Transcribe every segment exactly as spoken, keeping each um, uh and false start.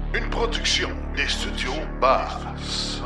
Une production des studios Bass.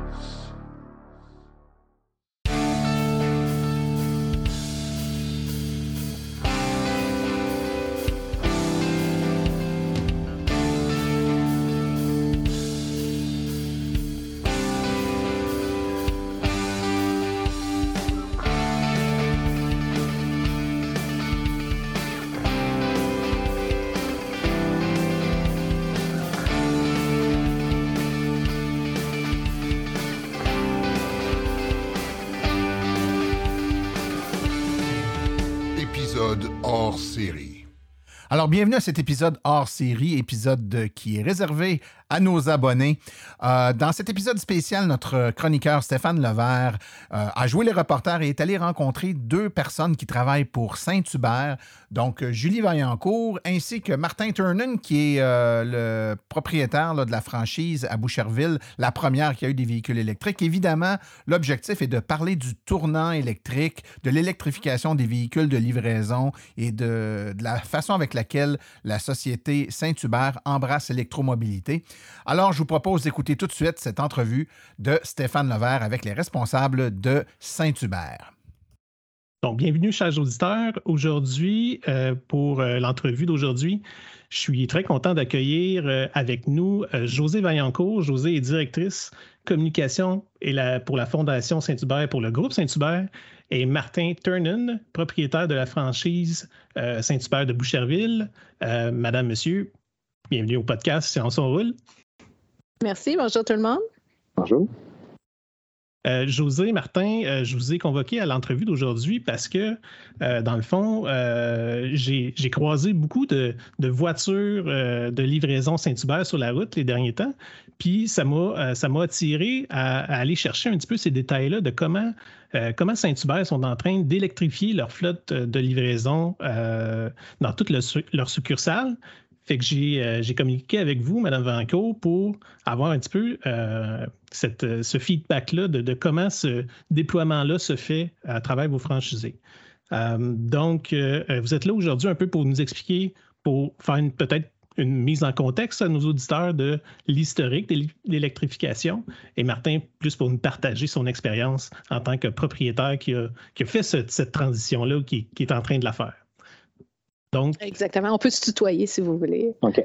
Hors série. Alors, bienvenue à cet épisode hors série, épisode qui est réservé à nos abonnés. Euh, dans cet épisode spécial, notre chroniqueur Stéphane Levert euh, a joué les reporters et est allé rencontrer deux personnes qui travaillent pour Saint-Hubert, donc Julie Vaillancourt ainsi que Martin Turnan, qui est euh, le propriétaire là, de la franchise à Boucherville, la première qui a eu des véhicules électriques. Évidemment, l'objectif est de parler du tournant électrique, de l'électrification des véhicules de livraison et de, de la façon avec laquelle la société Saint-Hubert embrasse l'électromobilité. Alors, je vous propose d'écouter tout de suite cette entrevue de Stéphane Levert avec les responsables de Saint-Hubert. Donc, bienvenue, chers auditeurs. Aujourd'hui, euh, pour euh, l'entrevue d'aujourd'hui, je suis très content d'accueillir euh, avec nous euh, Josée Vaillancourt. Josée est directrice communication et la, pour la Fondation Saint-Hubert pour le groupe Saint-Hubert, et Martin Turnan, propriétaire de la franchise euh, Saint-Hubert de Boucherville. Euh, Madame, Monsieur, bienvenue au podcast Science on roule. Merci, bonjour tout le monde. Bonjour. Euh, Josée, Martin, euh, je vous ai convoqué à l'entrevue d'aujourd'hui parce que, euh, dans le fond, euh, j'ai, j'ai croisé beaucoup de, de voitures euh, de livraison Saint-Hubert sur la route les derniers temps, puis ça m'a, euh, ça m'a attiré à, à aller chercher un petit peu ces détails-là de comment, euh, comment Saint-Hubert sont en train d'électrifier leur flotte de livraison euh, dans toutes le, leurs succursales. Fait que j'ai, euh, j'ai communiqué avec vous, Mme Vaillancourt, pour avoir un petit peu euh, cette, ce feedback-là de, de comment ce déploiement-là se fait à travers vos franchisés. Euh, donc, euh, vous êtes là aujourd'hui un peu pour nous expliquer, pour faire une, peut-être une mise en contexte à nos auditeurs de l'historique de l'électrification, et Martin, plus pour nous partager son expérience en tant que propriétaire qui a, qui a fait ce, cette transition-là, qui, qui est en train de la faire. Donc, exactement. On peut se tutoyer si vous voulez. OK.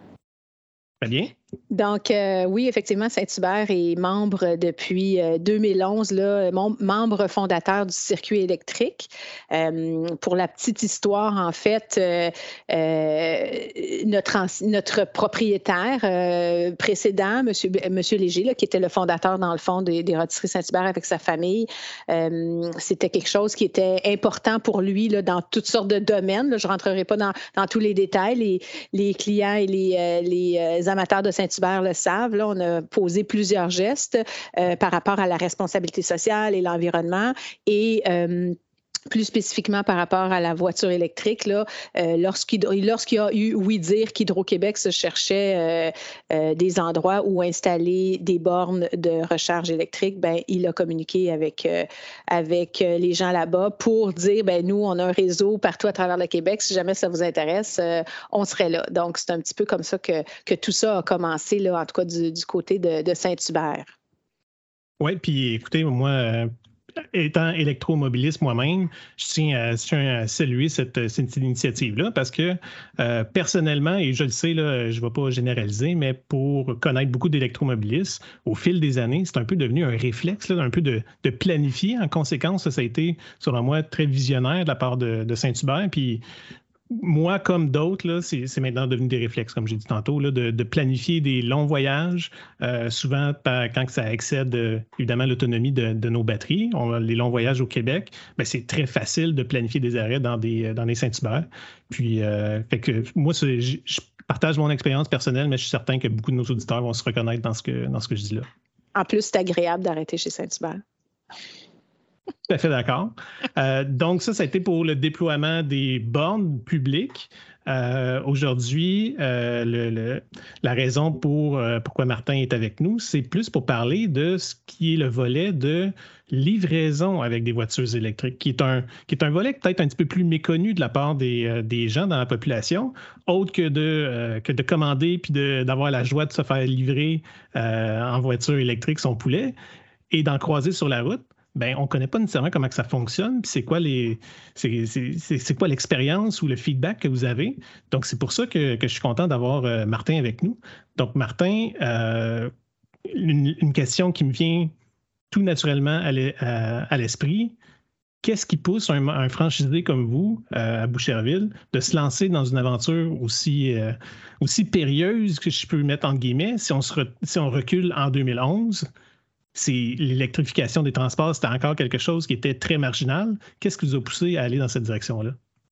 Très bien. Donc, euh, oui, effectivement, Saint-Hubert est membre depuis euh, deux mille onze, là, mem- membre fondateur du circuit électrique. Euh, pour la petite histoire, en fait, euh, euh, notre, anci- notre propriétaire euh, précédent, M. Monsieur Léger, là, qui était le fondateur, dans le fond, des, des rôtisseries Saint-Hubert avec sa famille, euh, c'était quelque chose qui était important pour lui là, dans toutes sortes de domaines. Là. Je ne rentrerai pas dans, dans tous les détails. Les, les clients et les, euh, les amateurs de Saint-Hubert le savent, là, on a posé plusieurs gestes euh, par rapport à la responsabilité sociale et l'environnement et euh, plus spécifiquement par rapport à la voiture électrique, là, euh, lorsqu'il, lorsqu'il y a eu oui dire qu'Hydro-Québec se cherchait euh, euh, des endroits où installer des bornes de recharge électrique, ben, il a communiqué avec, euh, avec les gens là-bas pour dire, ben, nous, on a un réseau partout à travers le Québec. Si jamais ça vous intéresse, euh, on serait là. Donc, c'est un petit peu comme ça que, que tout ça a commencé, là, en tout cas du, du côté de, de Saint-Hubert. Oui, puis écoutez, moi... Euh... Étant électromobiliste moi-même, je tiens à, je tiens à saluer cette, cette initiative-là parce que euh, personnellement, et je le sais, là, je ne vais pas généraliser, mais pour connaître beaucoup d'électromobilistes, au fil des années, c'est un peu devenu un réflexe, là, un peu de, de planifier. En conséquence, ça a été, selon moi, très visionnaire de la part de, de Saint-Hubert. Puis moi, comme d'autres, là, c'est, c'est maintenant devenu des réflexes, comme j'ai dit tantôt, là, de, de planifier des longs voyages, euh, souvent par, quand ça excède euh, évidemment l'autonomie de, de nos batteries. On a les longs voyages au Québec, ben, c'est très facile de planifier des arrêts dans des, dans des Saint-Hubert. Puis, euh, fait que moi, c'est, je, je partage mon expérience personnelle, mais je suis certain que beaucoup de nos auditeurs vont se reconnaître dans ce que, dans ce que je dis là. En plus, c'est agréable d'arrêter chez Saint-Hubert. Tout à fait d'accord. Euh, donc, ça, ça a été pour le déploiement des bornes publiques. Euh, aujourd'hui, euh, le, le, la raison pour euh, pourquoi Martin est avec nous, c'est plus pour parler de ce qui est le volet de livraison avec des voitures électriques, qui est un, qui est un volet peut-être un petit peu plus méconnu de la part des, euh, des gens dans la population, autre que de, euh, que de commander puis de, d'avoir la joie de se faire livrer euh, en voiture électrique son poulet et d'en croiser sur la route. Ben, on ne connaît pas nécessairement comment que ça fonctionne, puis c'est quoi les, c'est, c'est, c'est, c'est quoi l'expérience ou le feedback que vous avez. Donc, c'est pour ça que, que je suis content d'avoir euh, Martin avec nous. Donc, Martin, euh, une, une question qui me vient tout naturellement à, à, à l'esprit. Qu'est-ce qui pousse un, un franchisé comme vous, euh, à Boucherville, de se lancer dans une aventure aussi, euh, aussi périlleuse que je peux mettre entre guillemets, si on, se re, si on recule en deux mille onze? C'est l'électrification des transports, c'était encore quelque chose qui était très marginal. Qu'est-ce qui vous a poussé à aller dans cette direction-là?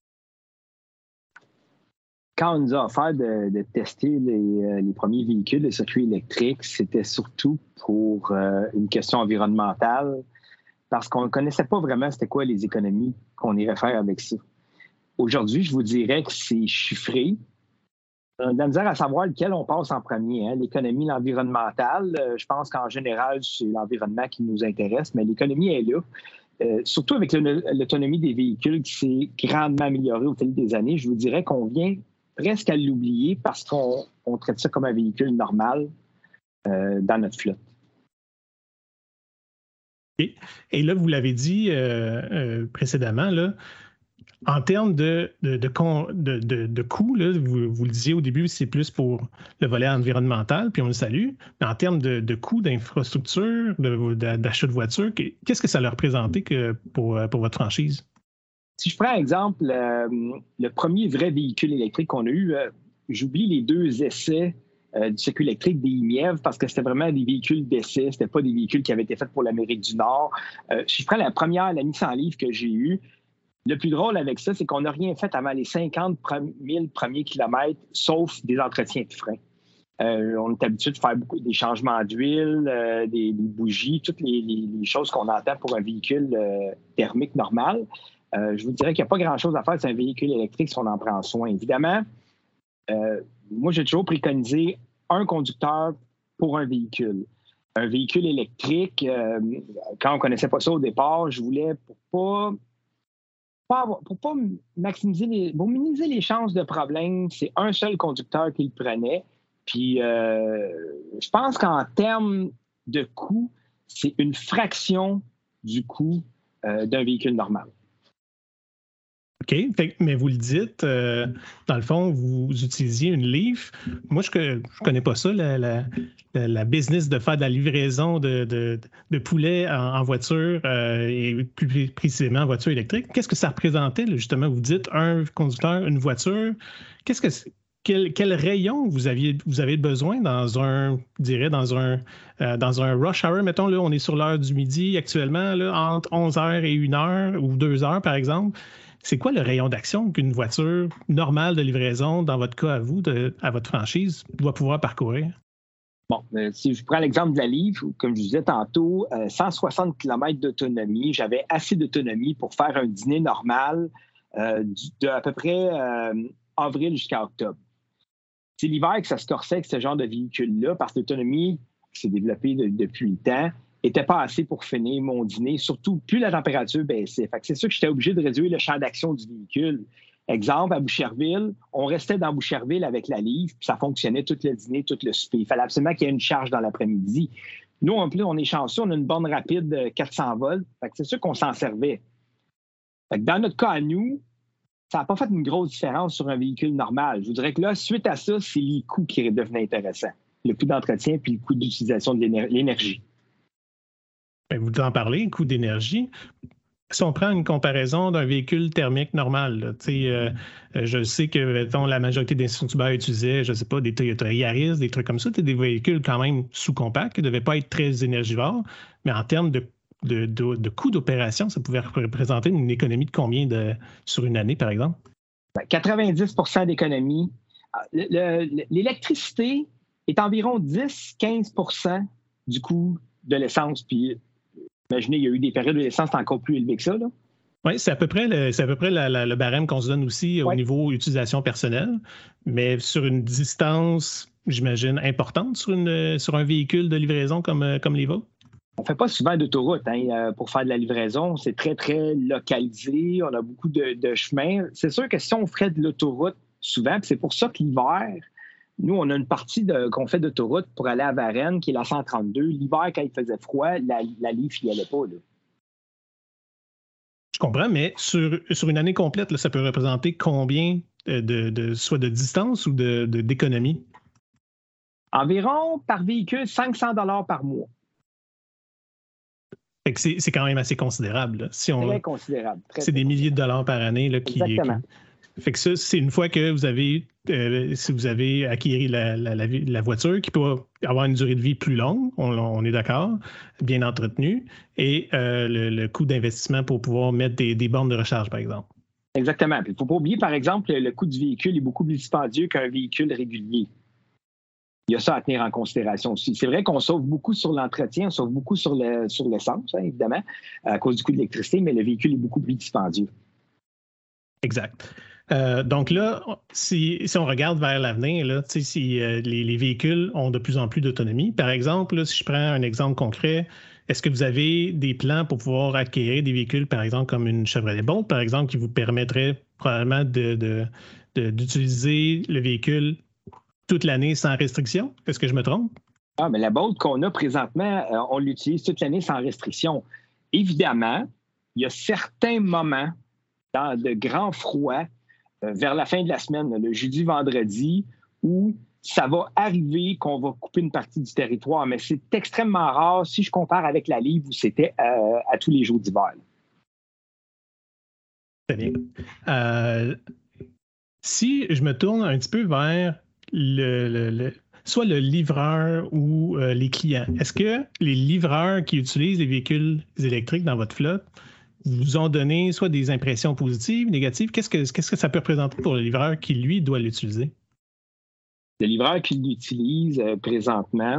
Quand on nous a offert de, de tester les, les premiers véhicules de circuit électrique, c'était surtout pour euh, une question environnementale, parce qu'on ne connaissait pas vraiment c'était quoi les économies qu'on irait faire avec ça. Aujourd'hui, je vous dirais que c'est chiffré. On a de la misère à savoir lequel on passe en premier. Hein? L'économie, l'environnemental, euh, je pense qu'en général, c'est l'environnement qui nous intéresse, mais l'économie est là. Euh, surtout avec le, l'autonomie des véhicules qui s'est grandement améliorée au fil des années, je vous dirais qu'on vient presque à l'oublier parce qu'on on traite ça comme un véhicule normal euh, dans notre flotte. Et, et là, vous l'avez dit euh, euh, précédemment, là, en termes de, de, de, de, de, de coûts, là, vous, vous le disiez au début, c'est plus pour le volet environnemental, puis on le salue. Mais en termes de, de coûts d'infrastructure, de, de, d'achat de voitures, qu'est-ce que ça leur représentait que pour, pour votre franchise? Si je prends exemple euh, le premier vrai véhicule électrique qu'on a eu, euh, j'oublie les deux essais euh, du circuit électrique des I M I E V parce que c'était vraiment des véhicules d'essai, c'était pas des véhicules qui avaient été faits pour l'Amérique du Nord. Euh, si je prends la première, la Nissan Leaf que j'ai eue, le plus drôle avec ça, c'est qu'on n'a rien fait avant les cinquante mille premiers kilomètres, sauf des entretiens de frein. Euh, on est habitué de faire beaucoup des changements d'huile, euh, des, des bougies, toutes les, les, les choses qu'on entend pour un véhicule euh, thermique normal. Euh, je vous dirais qu'il n'y a pas grand-chose à faire sur un véhicule électrique si on en prend soin. Évidemment, euh, moi, j'ai toujours préconisé un conducteur pour un véhicule. Un véhicule électrique, euh, quand on ne connaissait pas ça au départ, je voulais pour pas... Pour pas maximiser les, pour minimiser les chances de problème, c'est un seul conducteur qui le prenait. Puis, euh, je pense qu'en termes de coût, c'est une fraction du coût euh, d'un véhicule normal. OK. Fait, mais vous le dites, euh, dans le fond, vous utilisiez une Leaf. Moi, je ne connais pas ça, la, la, la business de faire de la livraison de, de, de poulet en, en voiture euh, et plus précisément en voiture électrique. Qu'est-ce que ça représentait, là, justement? Vous dites un conducteur, une voiture. Qu'est-ce que quel, quel rayon vous aviez vous avez besoin dans un, je dirais, dans un, euh, dans un rush hour? Mettons, là, on est sur l'heure du midi actuellement, là, entre onze heures et une heure ou deux heures, par exemple. C'est quoi le rayon d'action qu'une voiture normale de livraison, dans votre cas à vous, de, à votre franchise, doit pouvoir parcourir? Bon, euh, si je prends l'exemple de la Leaf, comme je disais tantôt, euh, cent soixante kilomètres d'autonomie. J'avais assez d'autonomie pour faire un dîner normal euh, de à peu près euh, avril jusqu'à octobre. C'est l'hiver que ça se corsait avec ce genre de véhicule-là parce que l'autonomie qui s'est développée de, depuis le temps n'était pas assez pour finir mon dîner, surtout plus la température baissait. Fait que c'est sûr que j'étais obligé de réduire le champ d'action du véhicule. Exemple, à Boucherville, on restait dans Boucherville avec la Leaf, puis ça fonctionnait tout le dîner, tout le souper. Il fallait absolument qu'il y ait une charge dans l'après-midi. Nous, en plus, on est chanceux, on a une borne rapide de quatre cents volts. Fait que c'est sûr qu'on s'en servait. Fait que dans notre cas à nous, ça n'a pas fait une grosse différence sur un véhicule normal. Je vous dirais que là, suite à ça, c'est les coûts qui devenaient intéressants. Le coût d'entretien puis le coût d'utilisation de l'énergie. Vous en parlez, coût d'énergie. Si on prend une comparaison d'un véhicule thermique normal, là, euh, je sais que mettons, la majorité des instituteurs utilisaient, je ne sais pas, des Toyota Yaris, des trucs comme ça, des véhicules quand même sous-compacts qui ne devaient pas être très énergivores, mais en termes de, de, de, de coût d'opération, ça pouvait représenter une économie de combien de, sur une année, par exemple? quatre-vingt-dix pour cent d'économie. Le, le, l'électricité est environ dix à quinze pour cent du coût de l'essence, puis imaginez, il y a eu des périodes où l'essence est encore plus élevée que ça. Là. Oui, c'est à peu près le, c'est à peu près la, la, le barème qu'on se donne aussi au ouais. niveau utilisation personnelle, mais sur une distance, j'imagine, importante sur, une, sur un véhicule de livraison comme, comme les vôtres. On ne fait pas souvent d'autoroute hein, pour faire de la livraison. C'est très, très localisé. On a beaucoup de, de chemins. C'est sûr que si on ferait de l'autoroute souvent, c'est pour ça que l'hiver, nous, on a une partie de, qu'on fait d'autoroute pour aller à Varennes, qui est la cent trente-deux. L'hiver, quand il faisait froid, la, la livre n'y allait pas. Là. Je comprends, mais sur, sur une année complète, là, ça peut représenter combien de, de soit de distance ou de, de, d'économie? Environ, par véhicule, cinq cents dollars par mois. Fait que c'est, c'est quand même assez considérable. Là. Si on, très considérable. Très, c'est très des milliers de dollars par année. Là, qui, Exactement. Qui, fait que ça, c'est une fois que vous avez, euh, si vous avez acquis la, la, la, la voiture, qui peut avoir une durée de vie plus longue, on, on est d'accord, bien entretenue, et euh, le, le coût d'investissement pour pouvoir mettre des, des bornes de recharge, par exemple. Exactement. Il ne faut pas oublier, par exemple, le coût du véhicule est beaucoup plus dispendieux qu'un véhicule régulier. Il y a ça à tenir en considération aussi. C'est vrai qu'on sauve beaucoup sur l'entretien, on sauve beaucoup sur, le, sur l'essence, hein, évidemment, à cause du coût de l'électricité, mais le véhicule est beaucoup plus dispendieux. Exact. Euh, donc là, si, si on regarde vers l'avenir, là, si euh, les, les véhicules ont de plus en plus d'autonomie, par exemple, là, si je prends un exemple concret, est-ce que vous avez des plans pour pouvoir acquérir des véhicules, par exemple, comme une Chevrolet Bolt, par exemple, qui vous permettrait probablement de, de, de, d'utiliser le véhicule toute l'année sans restriction? Est-ce que je me trompe? Ah, mais la Bolt qu'on a présentement, euh, on l'utilise toute l'année sans restriction. Évidemment, il y a certains moments dans de grands froids, euh, vers la fin de la semaine, le jeudi, vendredi, où ça va arriver qu'on va couper une partie du territoire, mais c'est extrêmement rare si je compare avec la livre où c'était euh, à tous les jours d'hiver. Très bien. Euh, si je me tourne un petit peu vers le, le, le soit le livreur ou euh, les clients, est-ce que les livreurs qui utilisent les véhicules électriques dans votre flotte vous ont donné soit des impressions positives, négatives? Qu'est-ce que, qu'est-ce que ça peut représenter pour le livreur qui, lui, doit l'utiliser? Le livreur qui l'utilise euh, présentement,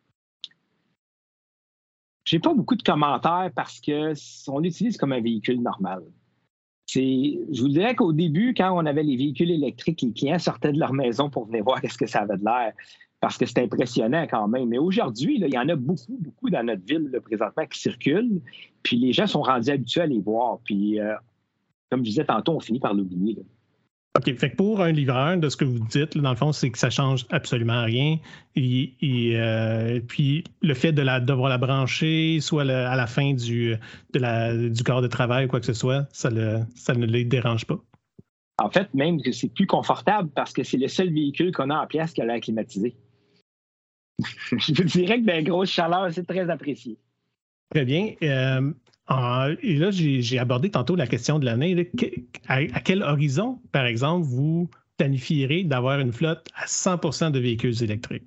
j'ai pas beaucoup de commentaires parce qu'on l'utilise comme un véhicule normal. C'est, je vous dirais qu'au début, quand on avait les véhicules électriques, les clients sortaient de leur maison pour venir voir qu'est-ce que ça avait de l'air, parce que c'était impressionnant quand même. Mais aujourd'hui, là, il y en a beaucoup, beaucoup dans notre ville là, présentement qui circulent, puis les gens sont rendus habitués à les voir. Puis, euh, comme je disais tantôt, on finit par l'oublier. Là. OK. Fait que pour un livreur, de ce que vous dites, là, dans le fond, c'est que ça change absolument rien. Et, et euh, puis, le fait de la, devoir la brancher, soit le, à la fin du, de la, du corps de travail ou quoi que ce soit, ça, le, ça ne les dérange pas. En fait, même que c'est plus confortable parce que c'est le seul véhicule qu'on a en pièce qui a l'air climatisé. Je vous dirais que dans les grosses chaleurs, c'est très apprécié. Très bien. Euh, en, et là, j'ai, j'ai abordé tantôt la question de l'année. Là, que, à, à quel horizon, par exemple, vous planifierez d'avoir une flotte à cent pour cent de véhicules électriques?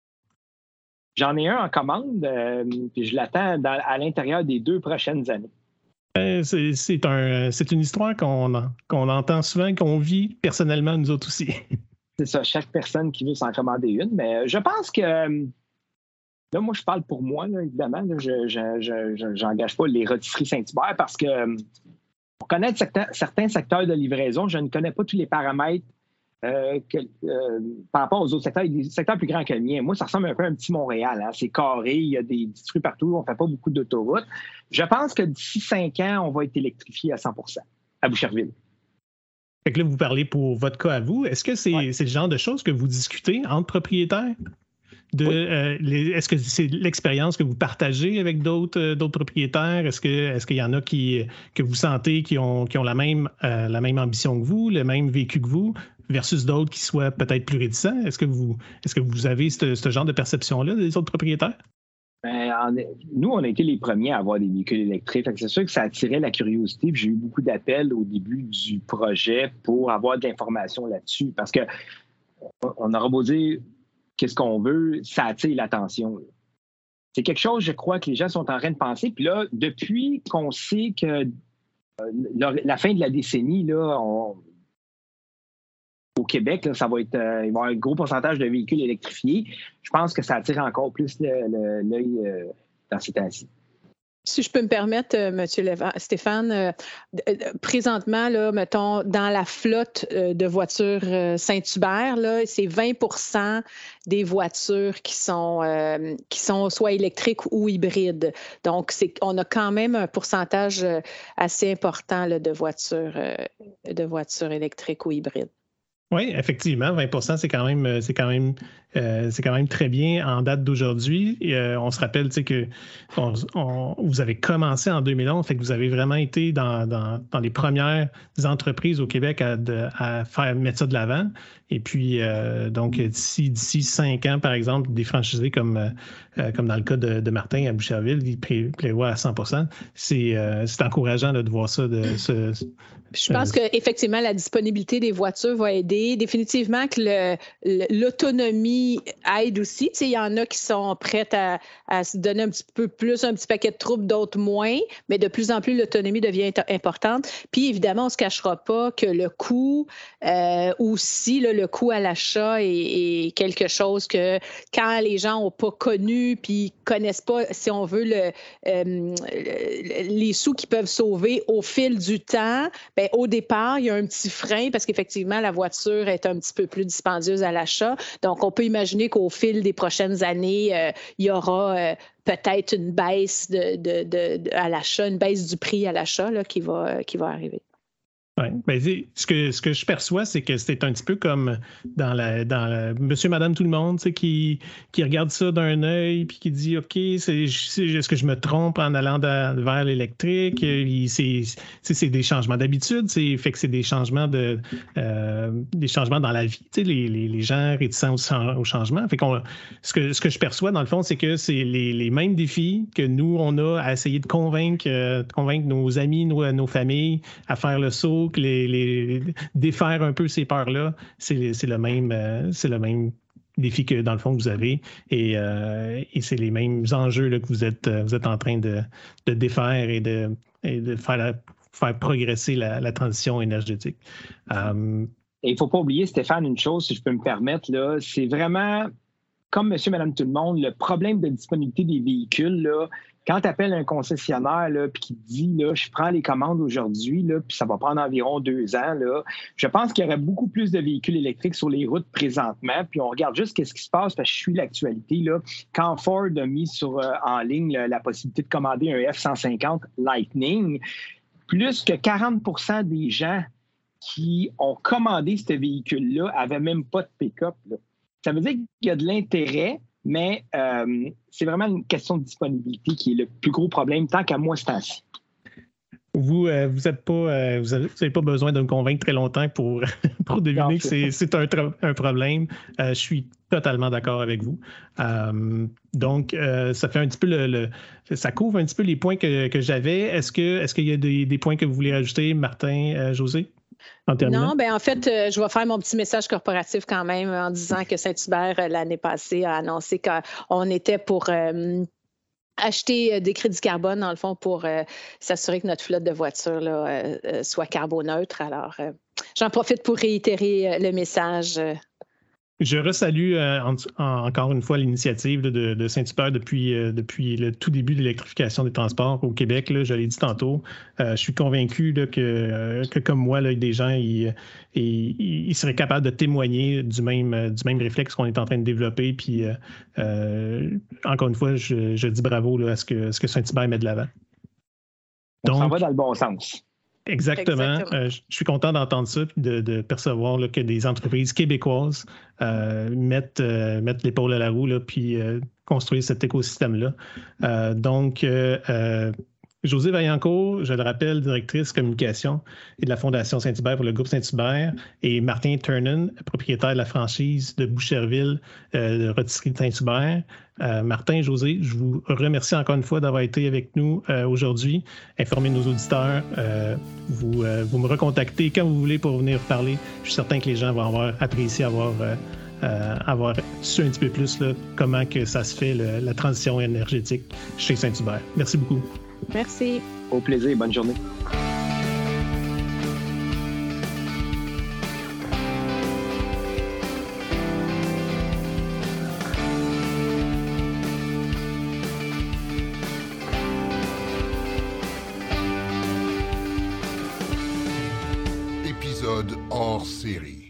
J'en ai un en commande, euh, puis je l'attends dans, à l'intérieur des deux prochaines années. Euh, c'est, c'est, un, c'est une histoire qu'on, qu'on entend souvent, qu'on vit personnellement, nous autres aussi. C'est ça, chaque personne qui veut s'en commander une. Mais je pense que, là, moi, je parle pour moi, là, évidemment. Là, je je, je, n'engage pas les rôtisseries Saint-Hubert parce que pour connaître certains, certains secteurs de livraison, je ne connais pas tous les paramètres euh, que, euh, par rapport aux autres secteurs. Il y a des secteurs plus grands que le mien. Moi, ça ressemble un peu à un petit Montréal. Hein. C'est carré, il y a des petits trucs partout, on ne fait pas beaucoup d'autoroutes. Je pense que d'ici cinq ans, on va être électrifié à cent pour cent à Boucherville. Fait que là, vous parlez pour votre cas à vous. Est-ce que c'est, ouais. c'est le genre de choses que vous discutez entre propriétaires? De, oui. euh, les, est-ce que c'est l'expérience que vous partagez avec d'autres, euh, d'autres propriétaires? Est-ce, que, est-ce qu'il y en a qui, que vous sentez qui ont, qui ont la, même, euh, la même ambition que vous, le même vécu que vous, versus d'autres qui soient peut-être plus réticents? Est-ce que vous, est-ce que vous avez ce, ce genre de perception-là des autres propriétaires? Ben, en, nous, on a été les premiers à avoir des véhicules électriques. Fait que c'est sûr que ça attirait la curiosité. Puis j'ai eu beaucoup d'appels au début du projet pour avoir de l'information là-dessus. Parce que on aura beau dire qu'est-ce qu'on veut, ça attire l'attention. C'est quelque chose, je crois, que les gens sont en train de penser. Puis là, depuis qu'on sait que euh, la fin de la décennie, là, on, au Québec, là, ça va être, euh, il va y avoir un gros pourcentage de véhicules électrifiés. Je pense que ça attire encore plus le, le, l'œil euh, dans ces temps-ci. Si je peux me permettre, euh, M. Léva- Stéphane, euh, euh, présentement, là, mettons, dans la flotte euh, de voitures euh, Saint-Hubert, là, c'est vingt pour cent des voitures qui sont, euh, qui sont soit électriques ou hybrides. Donc, c'est, on a quand même un pourcentage euh, assez important là, de voitures, euh, de voitures électriques ou hybrides. Oui, effectivement, vingt pour cent, c'est quand même, c'est quand même, euh, c'est quand même très bien en date d'aujourd'hui. Et, euh, on se rappelle, tu sais, que on, on, vous avez commencé en deux mille onze, fait que vous avez vraiment été dans, dans, dans les premières entreprises au Québec à, de, à faire mettre ça de l'avant. Et puis, euh, donc, d'ici, d'ici cinq ans, par exemple, des franchisés comme, euh, comme dans le cas de, de Martin à Boucherville, il pré, prévoit à cent pour cent. C'est, euh, c'est encourageant là, de voir ça. De, ce, Je pense euh, qu'effectivement, la disponibilité des voitures va aider. Définitivement que le, le, l'autonomie aide aussi. Tu sais, il y en a qui sont prêtes à, à se donner un petit peu plus, un petit paquet de troubles, d'autres moins, mais de plus en plus, l'autonomie devient importante. Puis, évidemment, on ne se cachera pas que le coût euh, aussi, là, le coût à l'achat est, est quelque chose que quand les gens n'ont pas connu puis ne connaissent pas, si on veut, le, euh, les sous qu'ils peuvent sauver au fil du temps, bien, au départ, il y a un petit frein parce qu'effectivement, la voiture est un petit peu plus dispendieuse à l'achat. Donc, on peut imaginer qu'au fil des prochaines années, euh, il y aura euh, peut-être une baisse de, de, de, de, à l'achat, une baisse du prix à l'achat là, qui va, qui va arriver. Oui, ben, ce que, ce que je perçois, c'est que c'est un petit peu comme dans la, dans la Monsieur, Madame, tout le monde, tu sais, qui, qui regarde ça d'un œil puis qui dit, OK, c'est, c'est, est-ce que je me trompe en allant de, vers l'électrique? C'est, c'est, c'est des changements d'habitude, c'est fait que c'est des changements de euh, des changements dans la vie. Tu sais, les, les, les gens réticents au, au changement. Fait qu'on, ce que, ce que je perçois, dans le fond, c'est que c'est les, les mêmes défis que nous, on a à essayer de convaincre, euh, de convaincre nos amis, nos, nos familles à faire le saut. Que les, les, défaire un peu ces peurs-là, c'est, c'est, le même, euh, c'est le même défi que, dans le fond, que vous avez. Et, euh, et c'est les mêmes enjeux là, que vous êtes, vous êtes en train de, de défaire et de, et de faire, la, faire progresser la, la transition énergétique. Um, et il ne faut pas oublier, Stéphane, une chose, si je peux me permettre, là, c'est vraiment, comme Monsieur, Madame, tout le monde, le problème de disponibilité des véhicules, là, quand tu appelles un concessionnaire et qu'il te dit là, je prends les commandes aujourd'hui, puis ça va prendre environ deux ans, là, je pense qu'il y aurait beaucoup plus de véhicules électriques sur les routes présentement. Puis on regarde juste ce qui se passe, parce que je suis l'actualité. Là, quand Ford a mis sur, euh, en ligne la, la possibilité de commander un F cent cinquante Lightning, plus que quarante pour cent des gens qui ont commandé ce véhicule-là n'avaient même pas de pick-up. Là. Ça veut dire qu'il y a de l'intérêt, mais euh, c'est vraiment une question de disponibilité qui est le plus gros problème, tant qu'à moi, c'est ainsi. Vous euh, vous êtes pas, euh, vous n'avez pas besoin de me convaincre très longtemps pour, pour deviner non, que c'est, c'est un, un problème. Euh, je suis totalement d'accord avec vous. Euh, donc, euh, ça fait un petit peu le, le ça couvre un petit peu les points que, que j'avais. Est-ce que est-ce qu'il y a des, des points que vous voulez ajouter, Martin, euh, José? En non, bien en fait, euh, je vais faire mon petit message corporatif quand même en disant que Saint-Hubert, euh, l'année passée, a annoncé qu'on était pour euh, acheter des crédits carbone, dans le fond, pour euh, s'assurer que notre flotte de voitures là, euh, euh, soit carboneutre. Alors, euh, j'en profite pour réitérer euh, le message. Euh, Je resalue euh, en, en, encore une fois l'initiative de, de Saint-Hubert depuis, euh, depuis le tout début de l'électrification des transports au Québec. Là, je l'ai dit tantôt. Euh, je suis convaincu là, que, euh, que, comme moi, là, des gens ils, ils, ils seraient capables de témoigner du même, du même réflexe qu'on est en train de développer. Puis, euh, euh, encore une fois, je, je dis bravo là, à ce que, ce que Saint-Hubert met de l'avant. Donc, on s'en va dans le bon sens. Exactement. Exactement. Euh, je suis content d'entendre ça et de, de percevoir là, que des entreprises québécoises euh, mettent, euh, mettent l'épaule à la roue là, puis euh, construisent cet écosystème-là. Euh, donc, euh, euh, Josée Vaillancourt, je le rappelle, directrice communication et de la Fondation Saint-Hubert pour le groupe Saint-Hubert, et Martin Turnan, propriétaire de la franchise de Boucherville, euh, de Rôtisserie de Saint-Hubert. Euh, Martin, Josée, je vous remercie encore une fois d'avoir été avec nous euh, aujourd'hui, informer nos auditeurs. Euh, vous, euh, vous me recontactez quand vous voulez pour venir parler. Je suis certain que les gens vont avoir apprécié avoir, euh, euh, avoir su un petit peu plus là, comment que ça se fait, le, la transition énergétique chez Saint-Hubert. Merci beaucoup. Merci. Au plaisir. Bonne journée. épisode hors série.